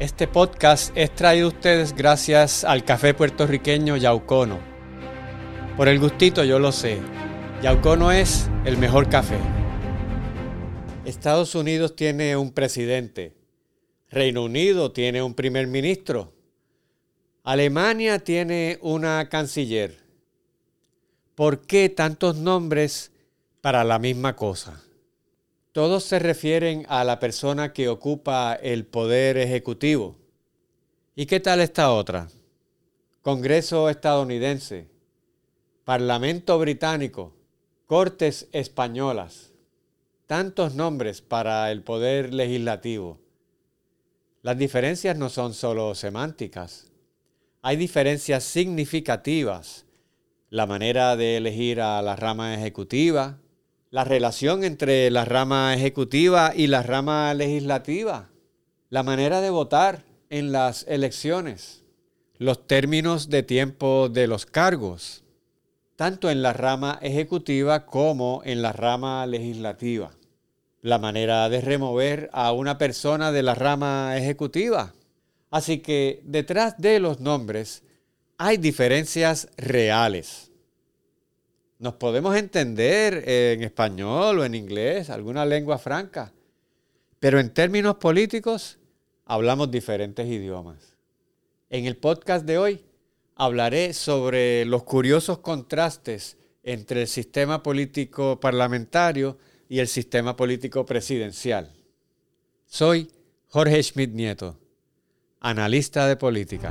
Este podcast es traído a ustedes gracias al café puertorriqueño Yaucono. Por el gustito yo lo sé, Yaucono es el mejor café. Estados Unidos tiene un presidente, Reino Unido tiene un primer ministro, Alemania tiene una canciller. ¿Por qué tantos nombres para la misma cosa? Todos se refieren a la persona que ocupa el poder ejecutivo. ¿Y qué tal esta otra? Congreso estadounidense, Parlamento británico, Cortes españolas. Tantos nombres para el poder legislativo. Las diferencias no son solo semánticas. Hay diferencias significativas. La manera de elegir a la rama ejecutiva, la relación entre la rama ejecutiva y la rama legislativa, la manera de votar en las elecciones, los términos de tiempo de los cargos, tanto en la rama ejecutiva como en la rama legislativa, la manera de remover a una persona de la rama ejecutiva. Así que detrás de los nombres hay diferencias reales. Nos podemos entender en español o en inglés, alguna lengua franca, pero en términos políticos hablamos diferentes idiomas. En el podcast de hoy hablaré sobre los curiosos contrastes entre el sistema político parlamentario y el sistema político presidencial. Soy Jorge Schmidt Nieto, analista de política.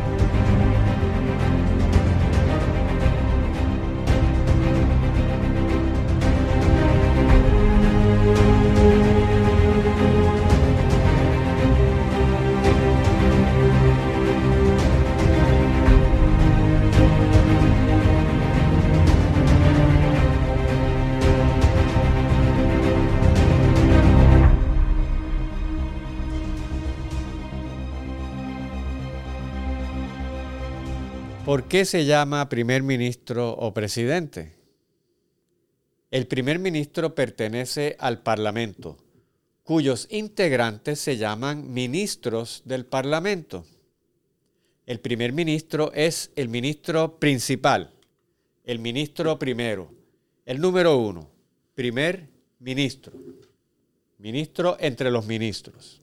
¿Por qué se llama primer ministro o presidente? El primer ministro pertenece al Parlamento, cuyos integrantes se llaman ministros del Parlamento. El primer ministro es el ministro principal, el ministro primero, el número uno, primer ministro, ministro entre los ministros.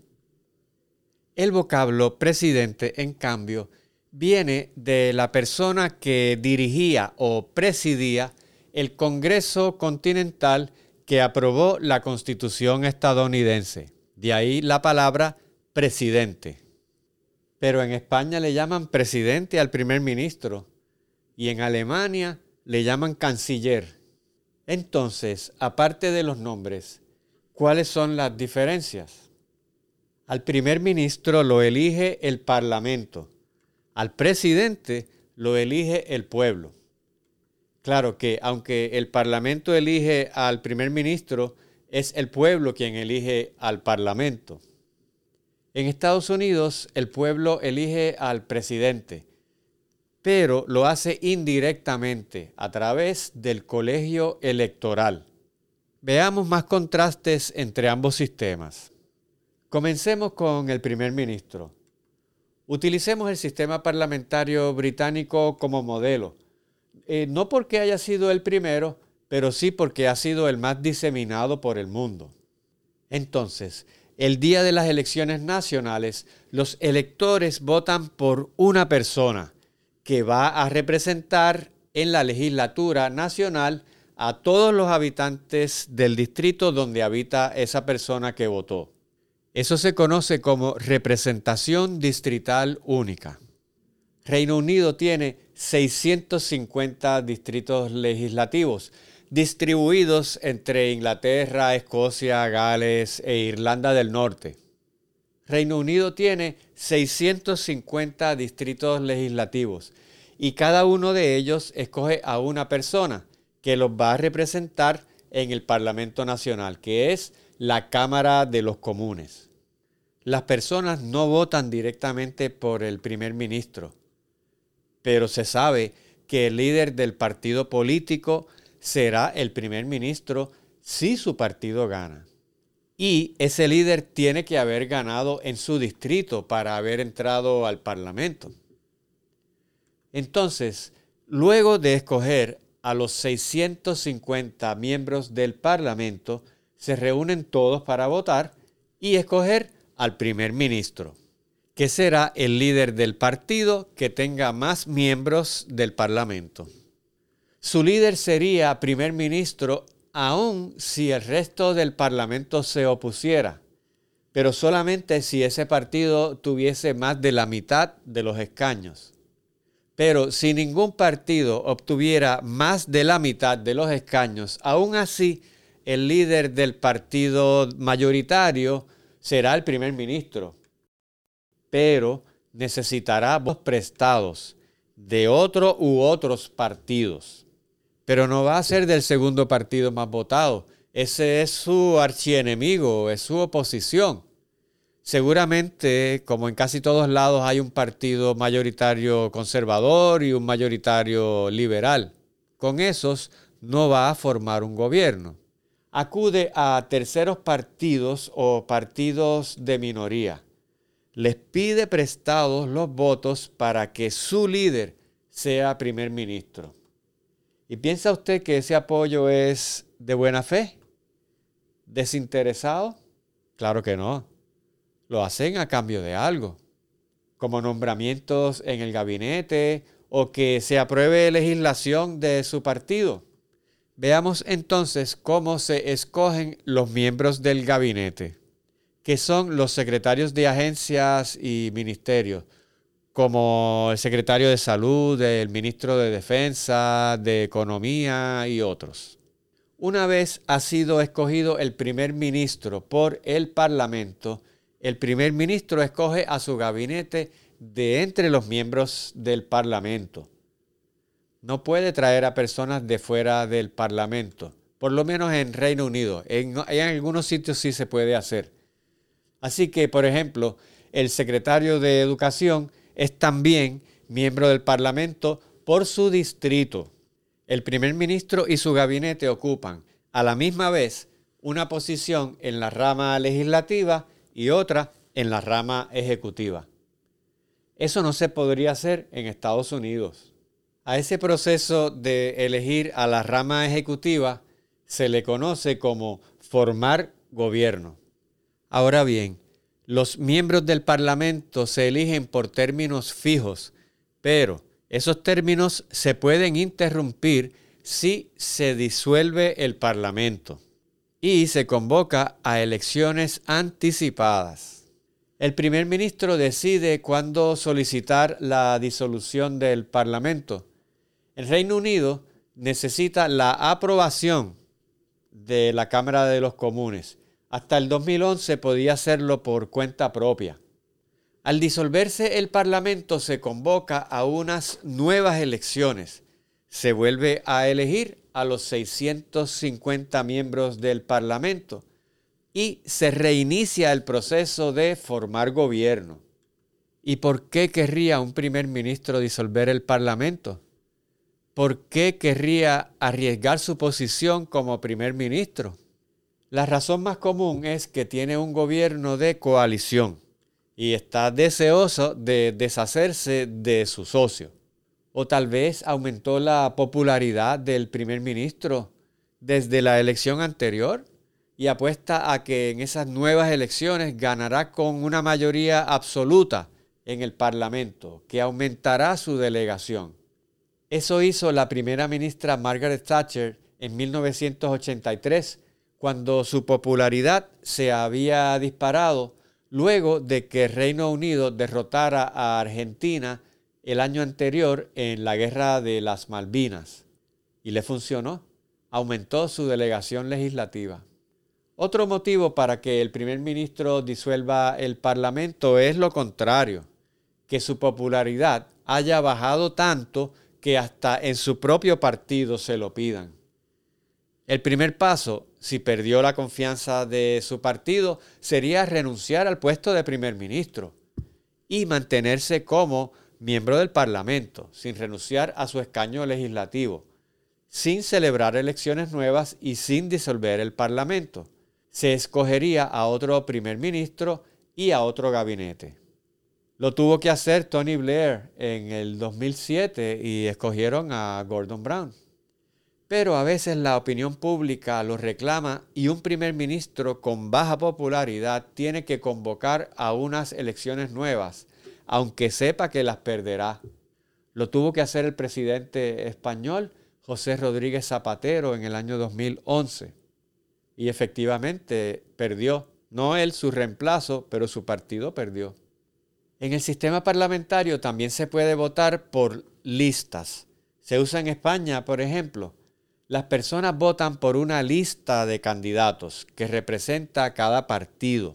El vocablo presidente, en cambio, viene de la persona que dirigía o presidía el Congreso Continental que aprobó la Constitución estadounidense. De ahí la palabra presidente. Pero en España le llaman presidente al primer ministro y en Alemania le llaman canciller. Entonces, aparte de los nombres, ¿cuáles son las diferencias? Al primer ministro lo elige el Parlamento. Al presidente lo elige el pueblo. Claro que aunque el Parlamento elige al primer ministro, es el pueblo quien elige al Parlamento. En Estados Unidos, el pueblo elige al presidente, pero lo hace indirectamente a través del colegio electoral. Veamos más contrastes entre ambos sistemas. Comencemos con el primer ministro. Utilicemos el sistema parlamentario británico como modelo, no porque haya sido el primero, pero sí porque ha sido el más diseminado por el mundo. Entonces, el día de las elecciones nacionales, los electores votan por una persona que va a representar en la legislatura nacional a todos los habitantes del distrito donde habita esa persona que votó. Eso se conoce como representación distrital única. Reino Unido tiene 650 distritos legislativos, distribuidos entre Inglaterra, Escocia, Gales e Irlanda del Norte. Reino Unido tiene 650 distritos legislativos y cada uno de ellos escoge a una persona que los va a representar en el Parlamento Nacional, que es la Cámara de los Comunes. Las personas no votan directamente por el primer ministro, pero se sabe que el líder del partido político será el primer ministro si su partido gana. y ese líder tiene que haber ganado en su distrito para haber entrado al Parlamento. Entonces, luego de escoger a los 650 miembros del Parlamento, se reúnen todos para votar y escoger al primer ministro, que será el líder del partido que tenga más miembros del Parlamento. Su líder sería primer ministro aun si el resto del Parlamento se opusiera, pero solamente si ese partido tuviese más de la mitad de los escaños. Pero si ningún partido obtuviera más de la mitad de los escaños, aún así el líder del partido mayoritario será el primer ministro, pero necesitará votos prestados de otro u otros partidos. Pero no va a ser del segundo partido más votado. Ese es su archienemigo, es su oposición. Seguramente, como en casi todos lados, hay un partido mayoritario conservador y un mayoritario liberal. Con esos no va a formar un gobierno. Acude a terceros partidos o partidos de minoría. Les pide prestados los votos para que su líder sea primer ministro. ¿Y piensa usted que ese apoyo es de buena fe? ¿Desinteresado? Claro que no. Lo hacen a cambio de algo, como nombramientos en el gabinete o que se apruebe legislación de su partido. Veamos entonces cómo se escogen los miembros del gabinete, que son los secretarios de agencias y ministerios, como el secretario de Salud, el ministro de Defensa, de Economía y otros. Una vez ha sido escogido el primer ministro por el Parlamento, el primer ministro escoge a su gabinete de entre los miembros del Parlamento. No puede traer a personas de fuera del Parlamento, por lo menos en Reino Unido. En algunos sitios sí se puede hacer. Así que, por ejemplo, el secretario de Educación es también miembro del Parlamento por su distrito. El primer ministro y su gabinete ocupan a la misma vez una posición en la rama legislativa y otra en la rama ejecutiva. Eso no se podría hacer en Estados Unidos. A ese proceso de elegir a la rama ejecutiva se le conoce como formar gobierno. Ahora bien, los miembros del Parlamento se eligen por términos fijos, pero esos términos se pueden interrumpir si se disuelve el Parlamento y se convoca a elecciones anticipadas. El primer ministro decide cuándo solicitar la disolución del Parlamento. El Reino Unido necesita la aprobación de la Cámara de los Comunes. Hasta el 2011 podía hacerlo por cuenta propia. Al disolverse el Parlamento se convoca a unas nuevas elecciones. Se vuelve a elegir a los 650 miembros del Parlamento y se reinicia el proceso de formar gobierno. ¿Y por qué querría un primer ministro disolver el Parlamento? ¿Por qué querría arriesgar su posición como primer ministro? La razón más común es que tiene un gobierno de coalición y está deseoso de deshacerse de su socio. O tal vez aumentó la popularidad del primer ministro desde la elección anterior y apuesta a que en esas nuevas elecciones ganará con una mayoría absoluta en el Parlamento, que aumentará su delegación. Eso hizo la primera ministra Margaret Thatcher en 1983, cuando su popularidad se había disparado luego de que Reino Unido derrotara a Argentina el año anterior en la Guerra de las Malvinas. Y le funcionó. Aumentó su delegación legislativa. Otro motivo para que el primer ministro disuelva el Parlamento es lo contrario, que su popularidad haya bajado tanto que hasta en su propio partido se lo pidan. El primer paso, si perdió la confianza de su partido, sería renunciar al puesto de primer ministro y mantenerse como miembro del Parlamento, sin renunciar a su escaño legislativo, sin celebrar elecciones nuevas y sin disolver el Parlamento. se escogería a otro primer ministro y a otro gabinete. Lo tuvo que hacer Tony Blair en el 2007 y escogieron a Gordon Brown. Pero a veces la opinión pública lo reclama y un primer ministro con baja popularidad tiene que convocar a unas elecciones nuevas, aunque sepa que las perderá. Lo tuvo que hacer el presidente español José Rodríguez Zapatero en el año 2011. Y efectivamente perdió. No él, su reemplazo, pero su partido perdió. En el sistema parlamentario también se puede votar por listas. Se usa en España, por ejemplo. Las personas votan por una lista de candidatos que representa a cada partido.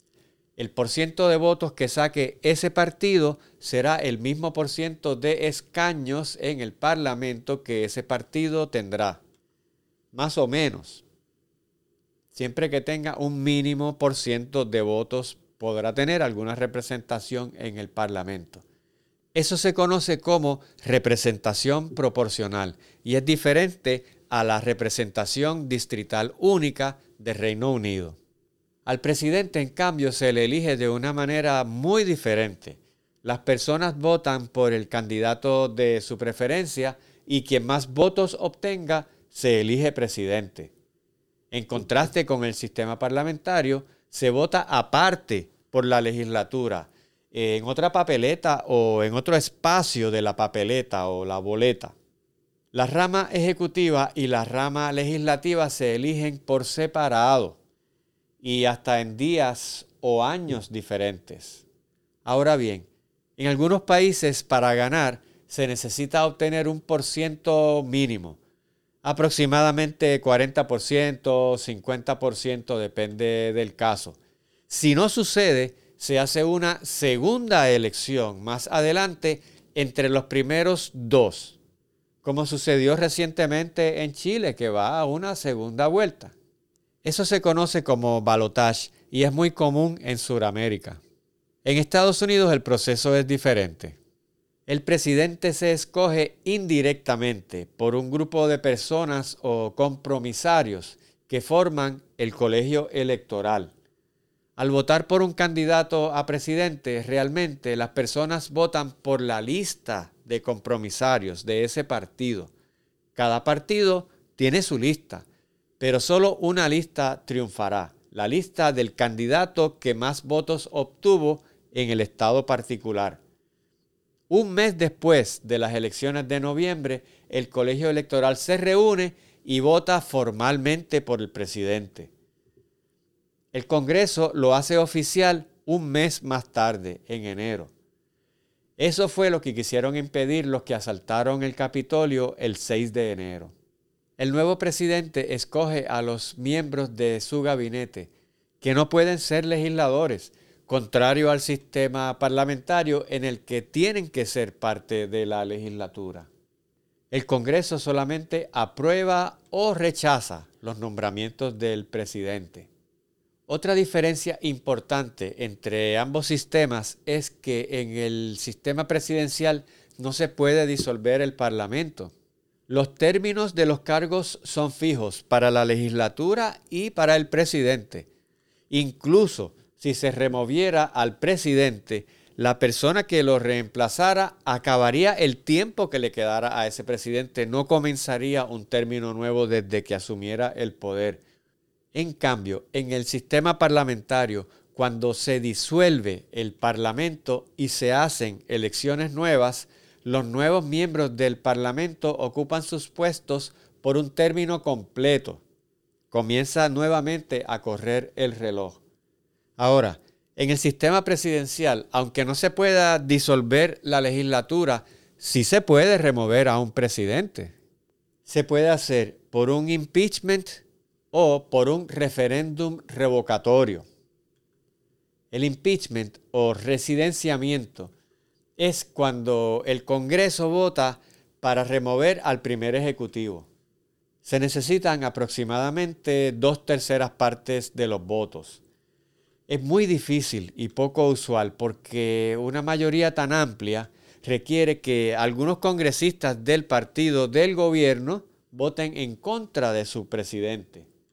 El porciento de votos que saque ese partido será el mismo porciento de escaños en el Parlamento que ese partido tendrá. Más o menos. Siempre que tenga un mínimo porciento de votos, podrá tener alguna representación en el Parlamento. Eso se conoce como representación proporcional y es diferente a la representación distrital única del Reino Unido. Al presidente, en cambio, se le elige de una manera muy diferente. Las personas votan por el candidato de su preferencia y quien más votos obtenga se elige presidente. En contraste con el sistema parlamentario, se vota aparte por la legislatura, en otra papeleta o en otro espacio de la papeleta o la boleta. La rama ejecutiva y la rama legislativa se eligen por separado y hasta en días o años diferentes. Ahora bien, en algunos países para ganar se necesita obtener un porciento mínimo. Aproximadamente 40%, 50%, depende del caso. Si no sucede, se hace una segunda elección más adelante entre los primeros dos, como sucedió recientemente en Chile, que va a una segunda vuelta. Eso se conoce como balotage y es muy común en Sudamérica. En Estados Unidos el proceso es diferente. El presidente se escoge indirectamente por un grupo de personas o compromisarios que forman el colegio electoral. Al votar por un candidato a presidente, realmente las personas votan por la lista de compromisarios de ese partido. Cada partido tiene su lista, pero solo una lista triunfará, la lista del candidato que más votos obtuvo en el estado particular. Un mes después de las elecciones de noviembre, el colegio electoral se reúne y vota formalmente por el presidente. El Congreso lo hace oficial un mes más tarde, en enero. Eso fue lo que quisieron impedir los que asaltaron el Capitolio el 6 de enero. El nuevo presidente escoge a los miembros de su gabinete, que no pueden ser legisladores, contrario al sistema parlamentario en el que tienen que ser parte de la legislatura. El Congreso solamente aprueba o rechaza los nombramientos del presidente. Otra diferencia importante entre ambos sistemas es que en el sistema presidencial no se puede disolver el Parlamento. Los términos de los cargos son fijos para la legislatura y para el presidente. Incluso si se removiera al presidente, la persona que lo reemplazara acabaría el tiempo que le quedara a ese presidente. No comenzaría un término nuevo desde que asumiera el poder. En cambio, en el sistema parlamentario, cuando se disuelve el parlamento y se hacen elecciones nuevas, los nuevos miembros del parlamento ocupan sus puestos por un término completo. Comienza nuevamente a correr el reloj. Ahora, en el sistema presidencial, aunque no se pueda disolver la legislatura, sí se puede remover a un presidente. Se puede hacer por un impeachment o por un referéndum revocatorio. El impeachment o residenciamiento es cuando el Congreso vota para remover al primer ejecutivo. Se necesitan aproximadamente 2/3 partes de los votos. Es muy difícil y poco usual porque una mayoría tan amplia requiere que algunos congresistas del partido del gobierno voten en contra de su presidente.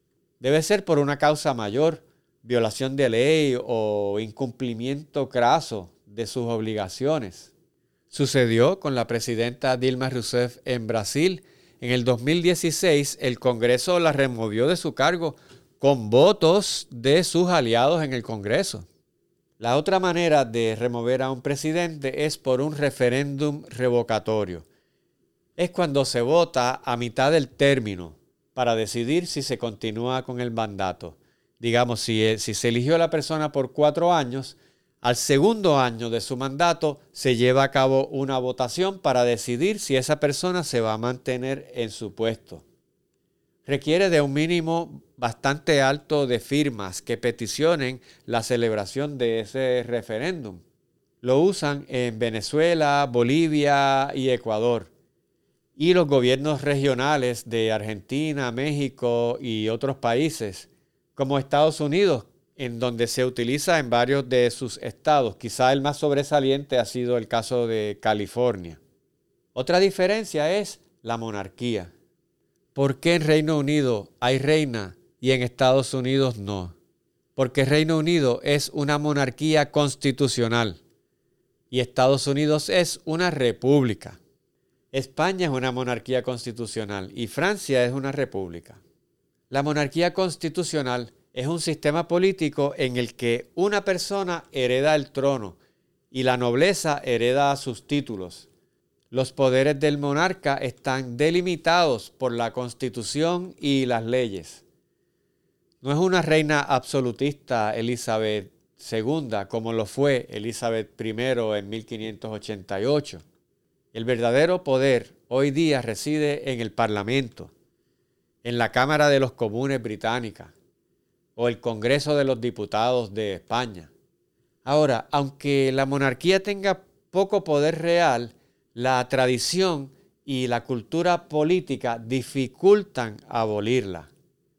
debe ser por una causa mayor, violación de ley o incumplimiento craso de sus obligaciones. Sucedió con la presidenta Dilma Rousseff en Brasil. En el 2016, el Congreso la removió de su cargo con votos de sus aliados en el Congreso. La otra manera de remover a un presidente es por un referéndum revocatorio. Es cuando se vota a mitad del término para decidir si se continúa con el mandato. Digamos, si se eligió a la persona por 4 años, al segundo año de su mandato se lleva a cabo una votación para decidir si esa persona se va a mantener en su puesto. Requiere de un mínimo bastante alto de firmas que peticionen la celebración de ese referéndum. Lo usan en Venezuela, Bolivia y Ecuador. Y los gobiernos regionales de Argentina, México y otros países, como Estados Unidos, en donde se utiliza en varios de sus estados. Quizá el más sobresaliente ha sido el caso de California. Otra diferencia es la monarquía. ¿Por qué en Reino Unido hay reina y en Estados Unidos no? Porque Reino Unido es una monarquía constitucional y Estados Unidos es una república. España es una monarquía constitucional y Francia es una república. La monarquía constitucional es un sistema político en el que una persona hereda el trono y la nobleza hereda sus títulos. Los poderes del monarca están delimitados por la Constitución y las leyes. No es una reina absolutista Elizabeth II como lo fue Elizabeth I en 1588. El verdadero poder hoy día reside en el Parlamento, en la Cámara de los Comunes británica o el Congreso de los Diputados de España. Ahora, aunque la monarquía tenga poco poder real, la tradición y la cultura política dificultan abolirla.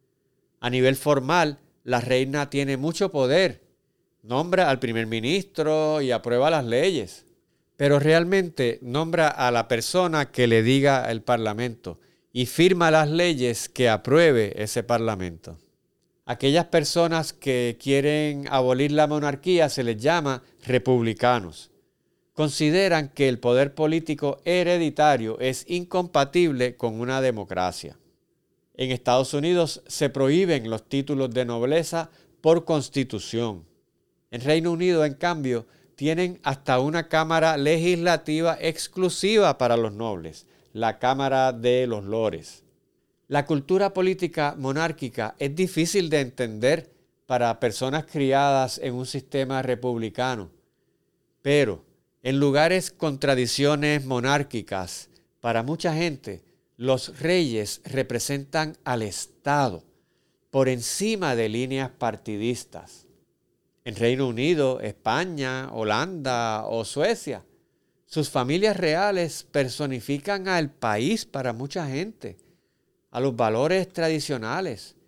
A nivel formal, la reina tiene mucho poder, nombra al primer ministro y aprueba las leyes, pero realmente nombra a la persona que le diga el Parlamento y firma las leyes que apruebe ese Parlamento. Aquellas personas que quieren abolir la monarquía se les llama republicanos. Consideran que el poder político hereditario es incompatible con una democracia. En Estados Unidos se prohíben los títulos de nobleza por constitución. En Reino Unido, en cambio, tienen hasta una cámara legislativa exclusiva para los nobles, la Cámara de los Lores. La cultura política monárquica es difícil de entender para personas criadas en un sistema republicano, pero en lugares con tradiciones monárquicas, para mucha gente, los reyes representan al Estado por encima de líneas partidistas. En Reino Unido, España, Holanda o Suecia, sus familias reales personifican al país para mucha gente, a los valores tradicionales,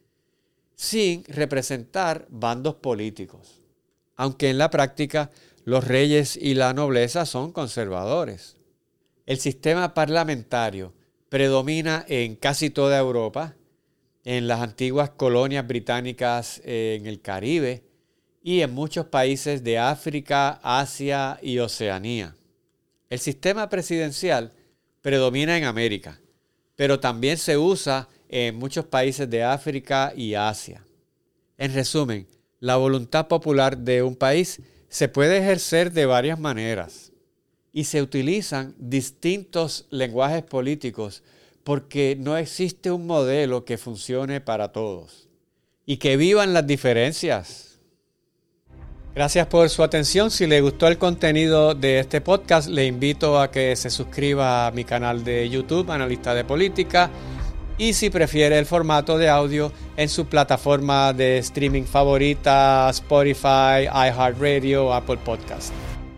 sin representar bandos políticos, aunque en la práctica los reyes y la nobleza son conservadores. El sistema parlamentario predomina en casi toda Europa, en las antiguas colonias británicas en el Caribe y en muchos países de África, Asia y Oceanía. El sistema presidencial predomina en América, pero también se usa en muchos países de África y Asia. En resumen, la voluntad popular de un país se puede ejercer de varias maneras y se utilizan distintos lenguajes políticos porque no existe un modelo que funcione para todos. Y que vivan las diferencias. Gracias por su atención. Si le gustó el contenido de este podcast, le invito a que se suscriba a mi canal de YouTube, Analista de Política, y si prefiere el formato de audio, en su plataforma de streaming favorita, Spotify, iHeartRadio, Apple Podcast.